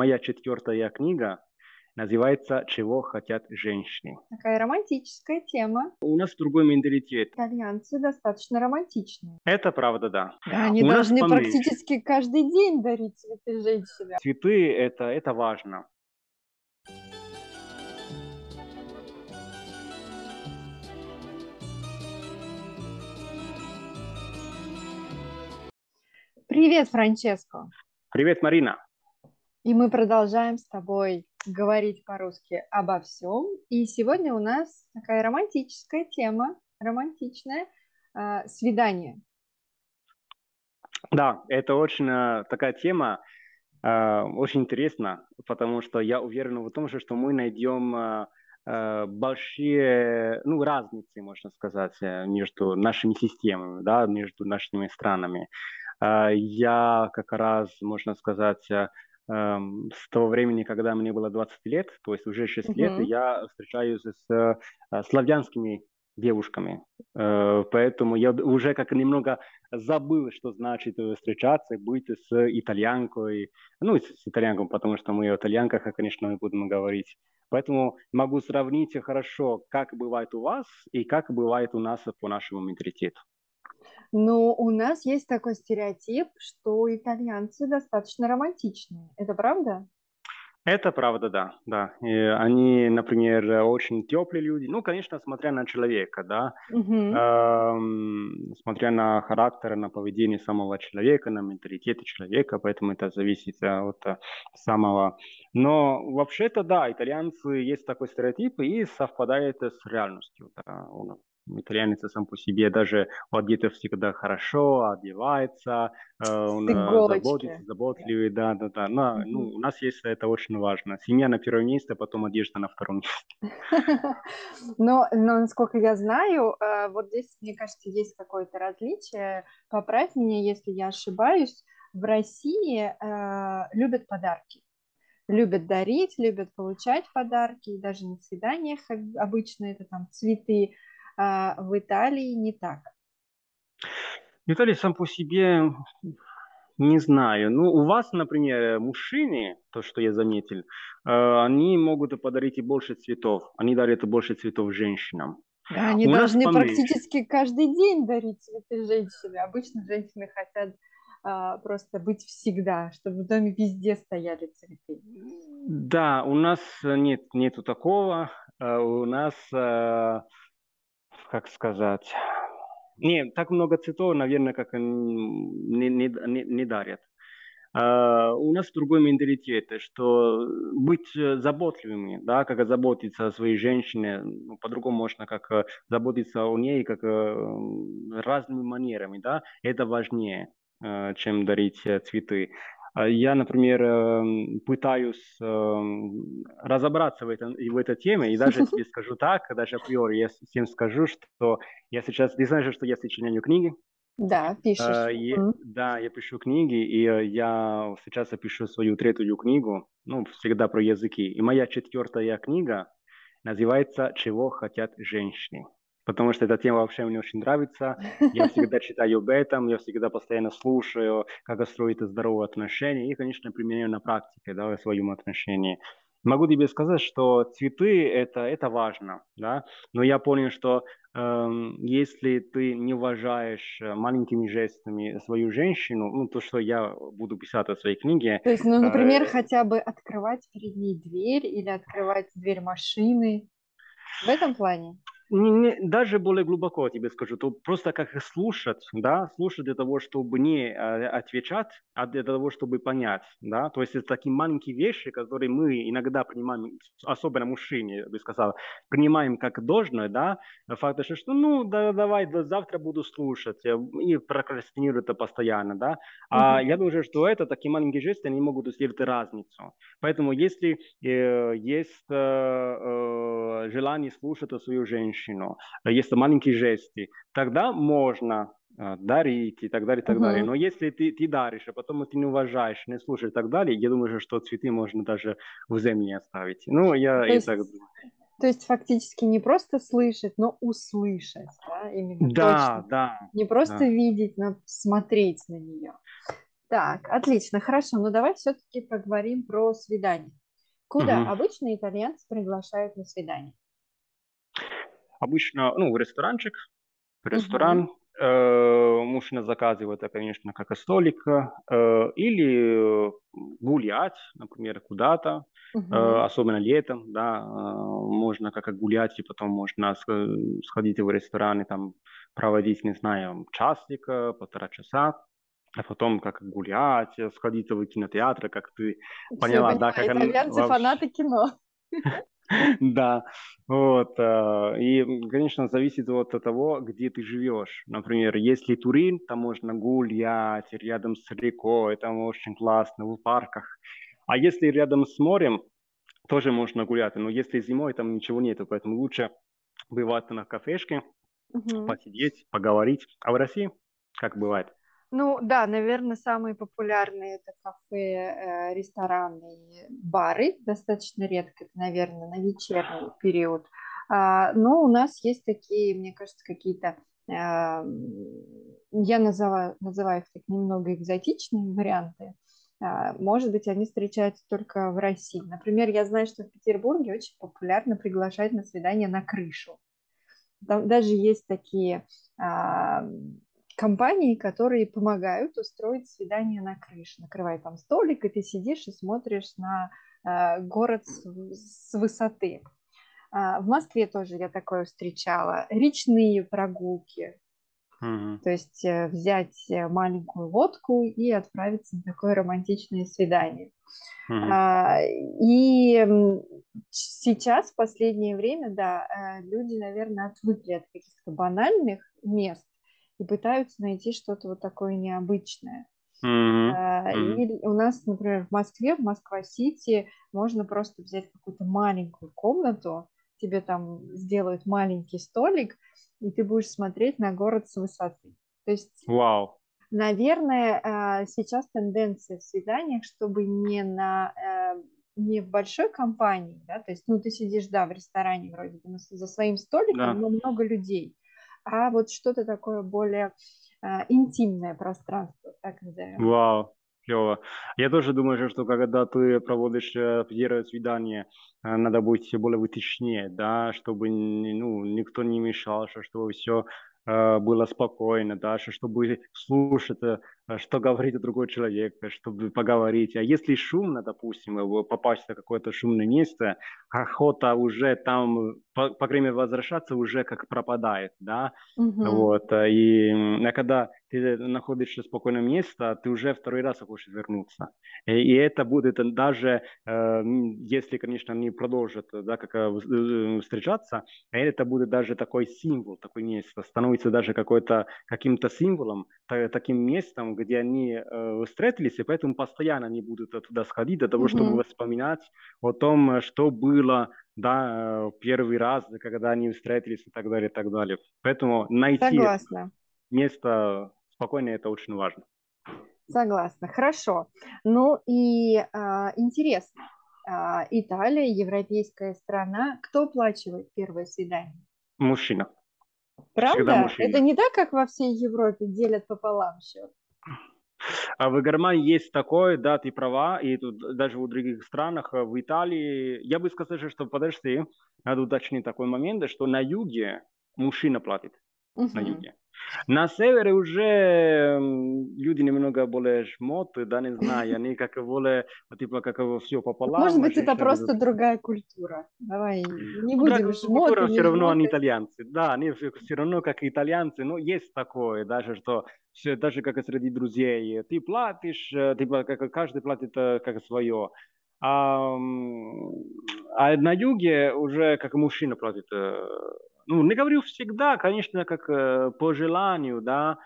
моя четвертая книга называется «Чего хотят женщины». Такая романтическая тема. У нас другой менталитет. Итальянцы достаточно романтичные. Это правда, да. Да, они У нас должны поменьше. практически каждый день дарить цветы женщине. Цветы это важно. Привет, Франческо. Привет, Марина. И мы продолжаем с тобой говорить по-русски обо всем. И сегодня у нас такая романтическая тема, романтичная, свидание. Да, это очень такая тема, очень интересна, потому что я уверен в том, что мы найдем большие, ну, разницы, можно сказать, между нашими системами, да, между нашими странами. Я как раз, можно сказать, с того времени, когда мне было 20 лет, то есть уже 6 лет, Мгм. я встречаюсь с славянскими девушками. Поэтому я уже как немного забыл, что значит встречаться, быть с итальянкой, ну, с итальянком, потому что мы о итальянках, конечно, мы будем говорить. Поэтому могу сравнить хорошо, как бывает у вас и как бывает у нас по нашему менталитету. Но у нас есть такой стереотип, что итальянцы достаточно романтичные. Это правда? Это правда, да, да. И они, например, очень теплые люди. Ну, конечно, смотря на человека, да, Мгм. смотря на характер, на поведение самого человека, на менталитет человека, поэтому это зависит от самого. Но вообще-то, да, итальянцы есть такой стереотип и совпадает с реальностью. Да. Итальянец сам по себе даже одет всегда хорошо, одевается, С он заботится, иголочки. заботливый, да, да, да. Но, ну, Мгм. у нас есть это очень важно. Семья на первом месте, а потом одежда на втором месте. Но, насколько я знаю, вот здесь, мне кажется, есть какое-то различие. Поправь меня, если я ошибаюсь. В России любят подарки. Любят дарить, любят получать подарки. И даже на свиданиях обычно это там цветы. В Италии не так. Виталий сам по себе, не знаю. Ну, у вас, например, мужчины, то, что я заметил, они могут подарить и больше цветов. Они дарят больше цветов женщинам. Да, они У нас должны поменьше. практически каждый день дарить цветы женщине. Обычно женщины хотят просто быть всегда, чтобы в доме везде стояли цветы. Да, у нас нету такого. У нас, как сказать, не так много цветов, наверное, как не дарят. У нас другой менталитет, что быть заботливыми, да, как заботиться о своей женщине, ну, по-другому можно как заботиться о ней, как разными манерами, да, это важнее, чем дарить цветы. Я, например, пытаюсь разобраться в этой теме, и даже тебе скажу так, даже априори я всем скажу, что я сейчас, ты знаешь, что я сочиняю книги. Да, пишешь. Мгм. Да, я пишу книги, и я сейчас пишу свою третью книгу, ну, всегда про языки. И моя четвертая книга называется «Чего хотят женщины». Потому что эта тема вообще мне очень нравится. Я всегда читаю об этом, я всегда постоянно слушаю, как строить здоровые отношения, и, конечно, применяю на практике, да, в своем отношении. Могу тебе сказать, что цветы это важно, да, но я понял, что если ты не уважаешь маленькими жестами свою женщину, ну, то, что я буду писать в своей книге, То есть, ну, например, э, хотя бы открывать перед ней дверь или открывать дверь машины. В этом плане? даже более глубоко тебе скажу, то просто как слушать, да, слушать для того, чтобы не отвечать, а для того, чтобы понять, да, то есть это такие маленькие вещи, которые мы иногда принимаем, особенно мужчине, я бы сказал, принимаем как должное, да, факт, что, ну, да, давай, да, завтра буду слушать, и прокрастинирует это постоянно, да, а я Мгм. думаю, что это такие маленькие жесты, они могут сделать разницу, поэтому если есть желание слушать свою женщину, есть маленькие жесты, тогда можно дарить и так далее, и так далее. Мгм. Но если ты даришь, а потом ты не уважаешь, не слушаешь и так далее, я думаю, что цветы можно даже в земле оставить. Ну, То я так есть, думаю. то есть фактически не просто слышать, но услышать, да, именно Да, точно. да, Не просто да. видеть, но смотреть на нее. Так, отлично, хорошо. Ну давай все-таки поговорим про свидание. Куда Мгм. обычно итальянцы приглашают на свидание? Обычно, ну, в ресторанчик, в Мгм. ресторан. Мужчина заказывает, конечно, как и столик, или гулять, например, куда-то, Мгм. особенно летом, да, можно как и гулять, и потом можно сходить в ресторан и там проводить, не знаю, часик, полтора часа, а потом как гулять, сходить в кинотеатр, как ты Все, я поняла, да, поняла, как он итальянцы вообще. фанаты кино. Да, вот. И, конечно, зависит от того, где ты живешь. Например, если Турин, там можно гулять рядом с рекой, там очень классно, в парках. А если рядом с морем, тоже можно гулять. Но если зимой, там ничего нету, поэтому лучше бывать на кафешке, Мгм. посидеть, поговорить. А в России как бывает? Ну да, наверное, самые популярные это кафе, рестораны, и бары. Достаточно редко, это, наверное, на вечерний период. Но у нас есть такие, мне кажется, какие-то, я называю их так немного экзотичные варианты. Может быть, они встречаются только в России. Например, я знаю, что в Петербурге очень популярно приглашать на свидание на крышу. Там даже есть такие а, компании, которые помогают устроить свидание на крыше. Накрывай там столик, и ты сидишь и смотришь на город с высоты. В Москве тоже я такое встречала. Речные прогулки. Мгм. То есть взять маленькую лодку и отправиться на такое романтичное свидание. Мгм. И сейчас, в последнее время, да, люди, наверное, отвыкли от каких-то банальных мест и пытаются найти что-то вот такое необычное. Мгм. Мгм. И у нас, например, в Москве, в Москва-Сити, можно просто взять какую-то маленькую комнату, тебе там сделают маленький столик, и ты будешь смотреть на город с высоты. То есть Вау. наверное, сейчас тенденция в свиданиях, чтобы не в большой компании, да, то есть, ну, ты сидишь, да, в ресторане вроде бы за своим столиком, Да. но много людей, а вот что-то такое более интимное пространство, так назовем. Вау, клево. Я тоже думаю, что когда ты проводишь первое свидание, надо быть более вытечнее, да, чтобы ну, никто не мешал, чтобы все было спокойно, да, чтобы слушать, что говорит другой человек, чтобы поговорить. А если шумно, допустим, попасть в какое-то шумное место, охота уже там, по время возвращаться уже как пропадает, да, Мгм. вот, и когда ты находишься в спокойном месте, ты уже второй раз хочешь вернуться. И это будет даже, если, конечно, они продолжат, да, как встречаться, это будет даже такой символ, такое место, становится даже каким-то символом, таким местом, где они встретились, и поэтому постоянно они будут туда сходить для того, чтобы Мгм. вспоминать о том, что было, да, первый раз, когда они встретились и так далее, и так далее. Поэтому найти Согласна, место спокойное это очень важно. согласна. Хорошо. Ну и интересно, Италия, европейская страна, кто оплачивает первое свидание? Мужчина. Всегда Правда? Это мужчина. не так, как во всей Европе делят пополам счет. А в Германии есть такое, да, ты права, и тут даже в других странах, в Италии, я бы сказал, что подожди, надо уточнить такой момент, что на юге мужчина платит, на Мгм. юге. На севере уже люди немного более жмоты, да, не знаю, они как более, типа, как все Может пополам, а быть, это женщина просто будет. другая культура. Давай не Ну, будем культура жмоты, не все равно они жмоты. итальянцы. Да, они все равно как итальянцы. Но есть такое, даже что даже как и среди друзей. Ты платишь, типа, как каждый платит как свое. А на юге уже как мужчина платит. Ну, не говорю всегда, конечно, как по желанию, да,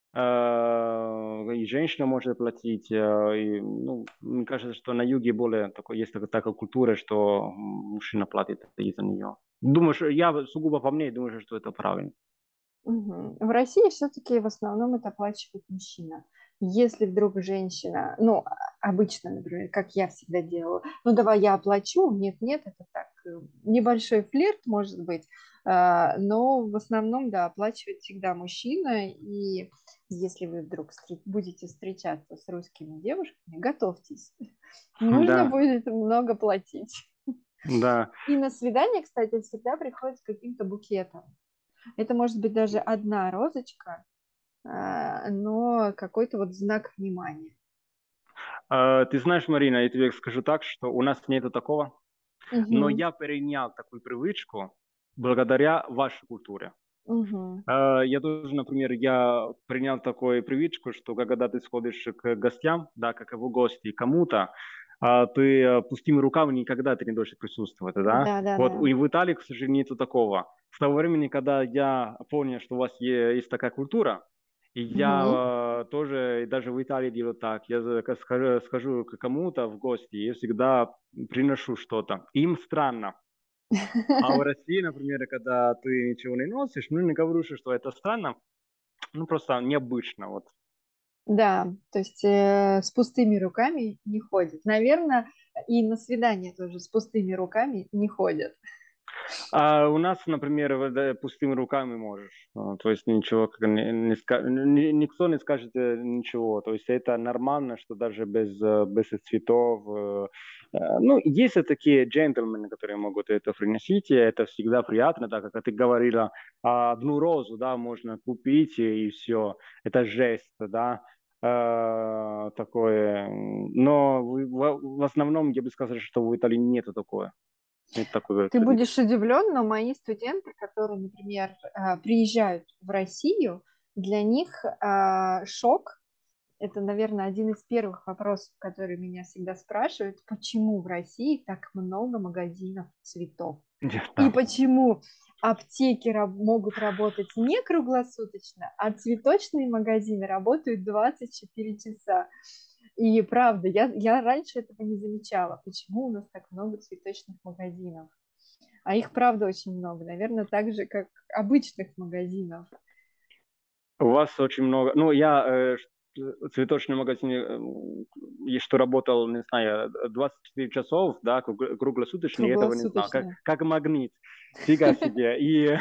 и женщина может платить. И, ну, мне кажется, что на юге более такой, есть такая культура, что мужчина платит из-за нее. Думаешь, я сугубо по мне думаю, что это правильно. Мгм. В России все-таки в основном это оплачивает мужчина. Если вдруг женщина, ну, обычно, например, как я всегда делала, ну, давай я оплачу, нет, нет, это так. небольшой флирт, может быть, но в основном, да, оплачивает всегда мужчина, и если вы вдруг будете встречаться с русскими девушками, готовьтесь, нужно Да, будет много платить. да. И на свидание, кстати, всегда приходит с каким-то букетом. Это может быть даже одна розочка, но какой-то вот знак внимания. Ты знаешь, Марина, я тебе скажу так, что у нас нету такого, но Мгм. я перенял такую привычку благодаря вашей культуре. Мгм. Я тоже, например, я принял такую привычку, что когда ты сходишь к гостям, да, как в гости кому-то, ты пустыми руками никогда ты не должен присутствовать, да. Да, да, Вот да. и в Италии, к сожалению, нету такого. С того времени, когда я понял, что у вас есть такая культура, и Мгм. я тоже даже в Италии делаю так. Я схожу к кому-то в гости, и я всегда приношу что-то. Им странно. А в России, например, когда ты ничего не носишь, ну, не говорю, что это странно, ну, просто необычно, вот. Да, то есть с пустыми руками не ходят. Наверное, и на свидание тоже с пустыми руками не ходят. А у нас, например, да, пустыми руками можешь. То есть ничего, никто не скажет ничего. То есть это нормально, что даже без цветов. Ну, есть и такие джентльмены, которые могут это приносить, и это всегда приятно, так как ты говорила, одну розу, да, можно купить, и все. Это жест, да, такое. Но в основном я бы сказал, что в Италии нету такое. Нет такой Ты традиции. будешь удивлен, но мои студенты, которые, например, приезжают в Россию, для них шок. Это, наверное, один из первых вопросов, которые меня всегда спрашивают, почему в России так много магазинов цветов? И Да. почему аптеки могут работать не круглосуточно, а цветочные магазины работают 24 часа. И правда, я раньше этого не замечала. Почему у нас так много цветочных магазинов? А их, правда, очень много. Наверное, так же, как обычных магазинов. У вас очень много. Ну, я в цветочном магазине, и что работал, не знаю, 24 часов, да, круглосуточно, я этого не знал. Круглосуточно. Как магнит. Фига себе.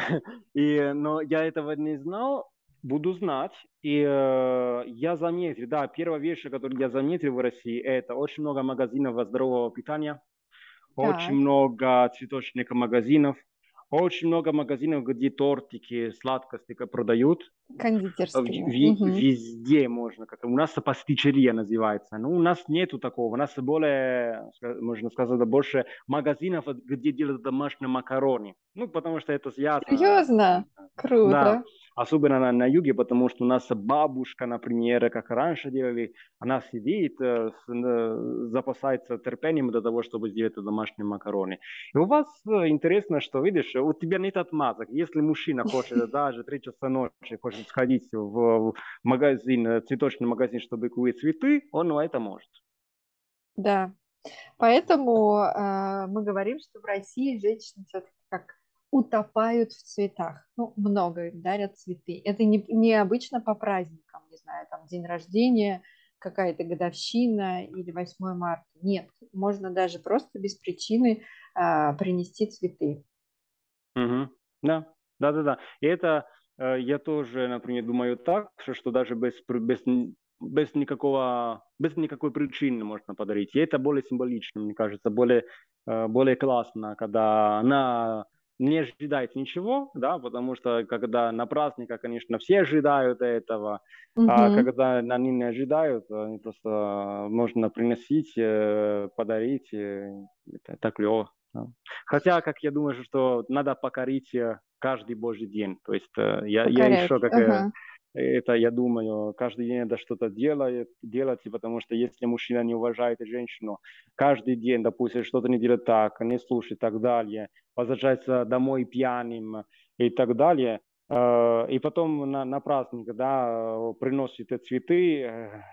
Но я этого не знал, буду знать. И я заметил, да, первая вещь, которую я заметил в России, это очень много магазинов здорового питания, очень Так, много цветочных магазинов, очень много магазинов, где тортики, сладкости продают. кондитерские. Мгм. Везде можно, как у нас пастичерия называется. Ну, у нас нету такого. У нас более, можно сказать, больше магазинов, где делают домашние макароны. Ну, потому что это связано. Серьезно? Да, Круто. особенно на юге, потому что у нас бабушка, например, как раньше делали, она сидит, запасается терпением для того, чтобы сделать домашние макароны. И у вас интересно, что, видишь, у тебя нет отмазок. Если мужчина хочет даже 3 часа ночи, хочет сходить в магазин, цветочный магазин, чтобы купить цветы, он это может. Да. Поэтому мы говорим, что в России женщины все-таки как утопают в цветах. Ну, много им дарят цветы. Это не обычно по праздникам, не знаю, там день рождения, какая-то годовщина или 8 марта. Нет, можно даже просто без причины принести цветы. Мгм. Да, да, да, да. И это я тоже, например, думаю так, что даже без никакой причины можно подарить. И это более символично, мне кажется, более классно, когда она не ожидает ничего, да, потому что когда на праздниках, конечно, все ожидают этого, а Мгм. когда они не ожидают, они просто можно приносить, подарить, это так клево. Да. Хотя, как я думаю, что надо покорить каждый божий день. То есть я Покорять. еще как Ага. это, я думаю, каждый день надо что-то делать, потому что если мужчина не уважает женщину, каждый день, допустим, что-то не делает так, не слушает и так далее, возвращается домой пьяным и так далее, и потом на праздник, да, приносит цветы,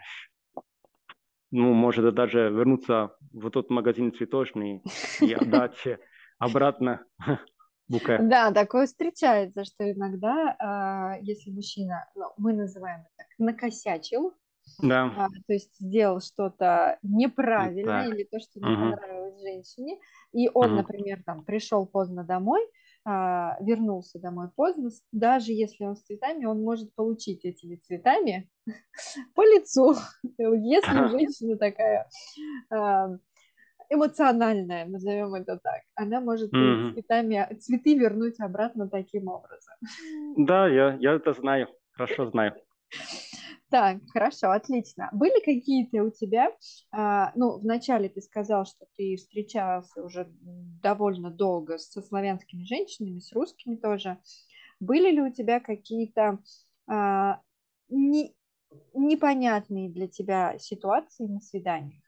ну, может даже вернуться в тот магазин цветочный и отдать обратно букет. Да, такое встречается, что иногда, если мужчина, ну, мы называем это так, накосячил, Да, то есть сделал что-то неправильно так. или то, что не Мгм. понравилось женщине, и он, Мгм. например, там пришел поздно домой, вернулся домой поздно, даже если он с цветами, он может получить этими цветами по лицу, если женщина такая а, эмоциональная, назовем это так, она может Мгм. цветы вернуть обратно таким образом. Да, я это знаю, хорошо знаю. Так, хорошо, отлично. Были какие-то у тебя, ну, вначале ты сказал, что ты встречался уже довольно долго со славянскими женщинами, с русскими тоже. Были ли у тебя какие-то а, не- непонятные для тебя ситуации на свиданиях?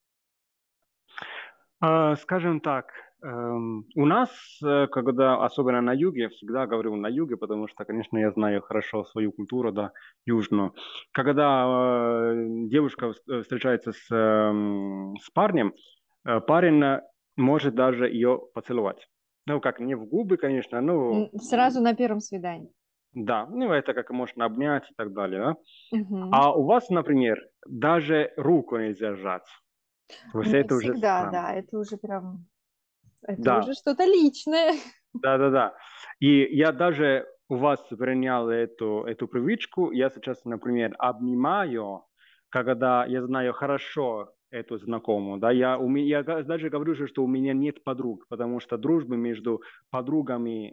Скажем так, у нас, когда, особенно на юге, я всегда говорю на юге, потому что, конечно, я знаю хорошо свою культуру, да, южную. Когда девушка встречается с парнем, парень может даже ее поцеловать. Ну, как не в губы, конечно, ну, Сразу на первом свидании. да, ну, это как можно обнять и так далее, да. Мгм. А у вас, например, даже руку нельзя сжать. То есть Не это уже всегда, странно. да, это уже прям, это уже Да, что-то личное. да. И я даже у вас перенял эту привычку. Я сейчас, например, обнимаю, когда я знаю хорошо эту знакомую. Да, я даже говорю, что у меня нет подруг, потому что дружбы между подругами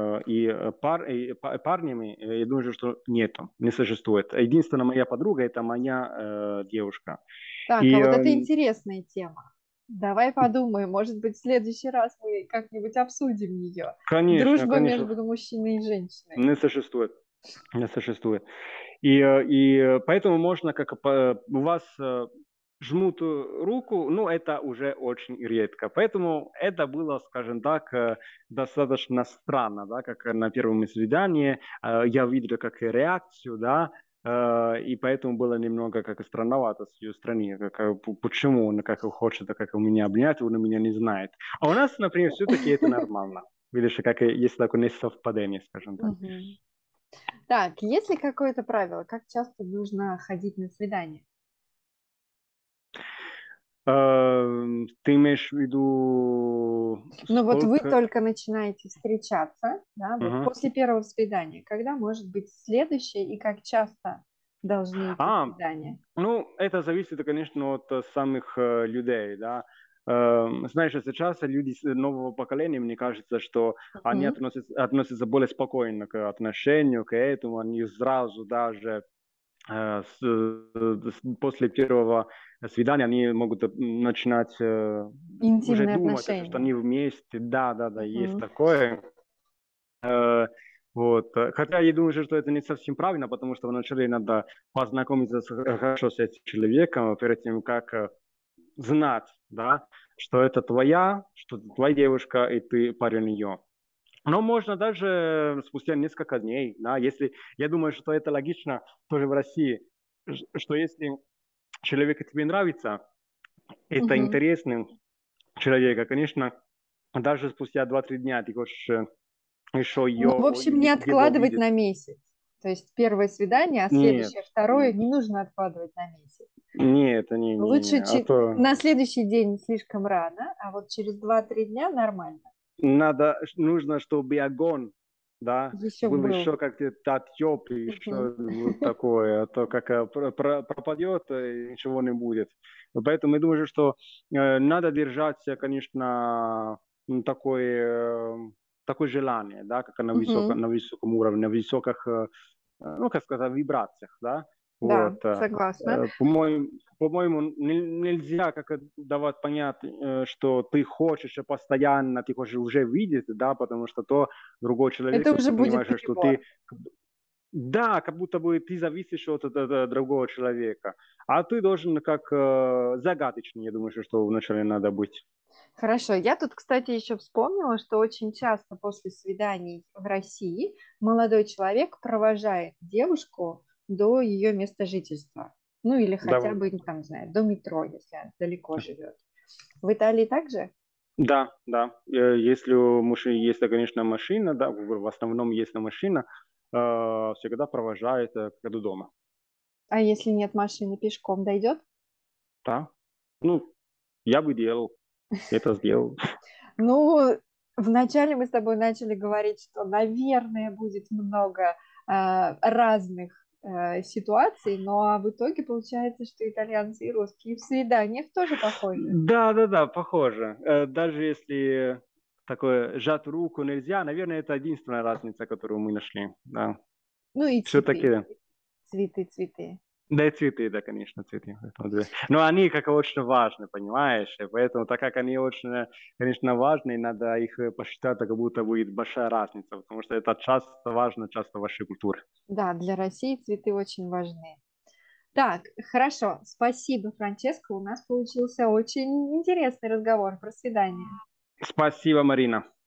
и парнями, я думаю, что нету, не существует. Единственная моя подруга – это моя девушка. Так, а И, вот это интересная тема. Давай подумаем, может быть, в следующий раз мы как-нибудь обсудим ее. конечно, Дружба конечно, между мужчиной и женщиной. не существует. Не существует. И поэтому можно, у вас жмут руку, ну, это уже очень редко. Поэтому это было, скажем так, достаточно странно, да, как на первом свидании. Я видел как реакцию, да, и поэтому было немного как странновато с ее стороны, почему он как хочет, как у меня обнять, он меня не знает. А у нас, например, все-таки это нормально. Видишь, как есть такое несовпадение, скажем так. Мгм. Так, есть ли какое-то правило, как часто нужно ходить на свидание? Ты имеешь в виду Ну вот вы сколько? только начинаете встречаться, да, вот Мгм. после первого свидания. Когда может быть следующее и как часто должны идти А, свидания? ну, это зависит, конечно, от самих людей, да. Знаешь, сейчас люди нового поколения, мне кажется, что они Мгм. относятся более спокойно к отношению, к этому, они сразу даже после первого свидания они могут начинать уже Интимные думать, что отношения. они вместе, да, есть Мгм. такое. Э, Вот. Хотя я думаю, что это не совсем правильно, потому что вначале надо познакомиться хорошо с этим человеком, перед тем, как знать, да, что это твоя, что это твоя девушка, и ты парень ее. Но можно даже спустя несколько дней, да, если, я думаю, что это логично тоже в России, что если человек тебе нравится, это Мгм. интересный человек, конечно, даже спустя 2-3 дня ты хочешь еще Ну, в общем, не его откладывать увидеть. на месяц. То есть первое свидание, а Нет, следующее, второе нет. не нужно откладывать на месяц. Нет, Лучше а то на следующий день слишком рано, а вот через 2-3 дня нормально. нужно, чтобы огонь, да, Еще был был. еще как-то теплый, Мгм. еще вот такое, а то как пропадет, ничего не будет. Поэтому я думаю, что надо держать, конечно, такое желание, да, как Мгм. на высоком уровне, на высоких, ну, как сказать, вибрациях, да, Да, вот. согласна. По-моему, нельзя как давать понять, что ты хочешь постоянно, ты хочешь уже видеть, да, потому что то другой человек, Это ты уже будет понимаешь, что перебор. ты, да, как будто бы ты зависишь от другого человека, а ты должен как загадочный, я думаю, что вначале надо быть. Хорошо. Я тут, кстати, еще вспомнила, что очень часто после свиданий в России молодой человек провожает девушку до ее места жительства. Ну или Да, хотя бы, ну, там, не знаю, до метро, если она далеко живет. В Италии также? да. Если у мужчин есть, конечно, машина, да, в основном есть машина, всегда провожает до дома. А если нет машины, пешком дойдет? Да. Ну, я бы делал. Это сделал. Ну, вначале мы с тобой начали говорить, что, наверное, будет много разных ситуаций, но в итоге получается, что итальянцы и русские в свиданиях тоже похожи. Да, да, да, похоже. Даже если такое сжать руку нельзя, наверное, это единственная разница, которую мы нашли. Да. Ну и цветы, Все-таки, цветы, цветы. да и цветы, да, конечно, цветы. Поэтому, да. Но они как очень важны, понимаешь? И поэтому, так как они очень, конечно, важны, надо их посчитать, как будто будет большая разница, потому что это часто важно, часто в вашей культуре. Да, для России цветы очень важны. Так, хорошо. Спасибо, Франческо. У нас получился очень интересный разговор про свидание. Спасибо, Марина.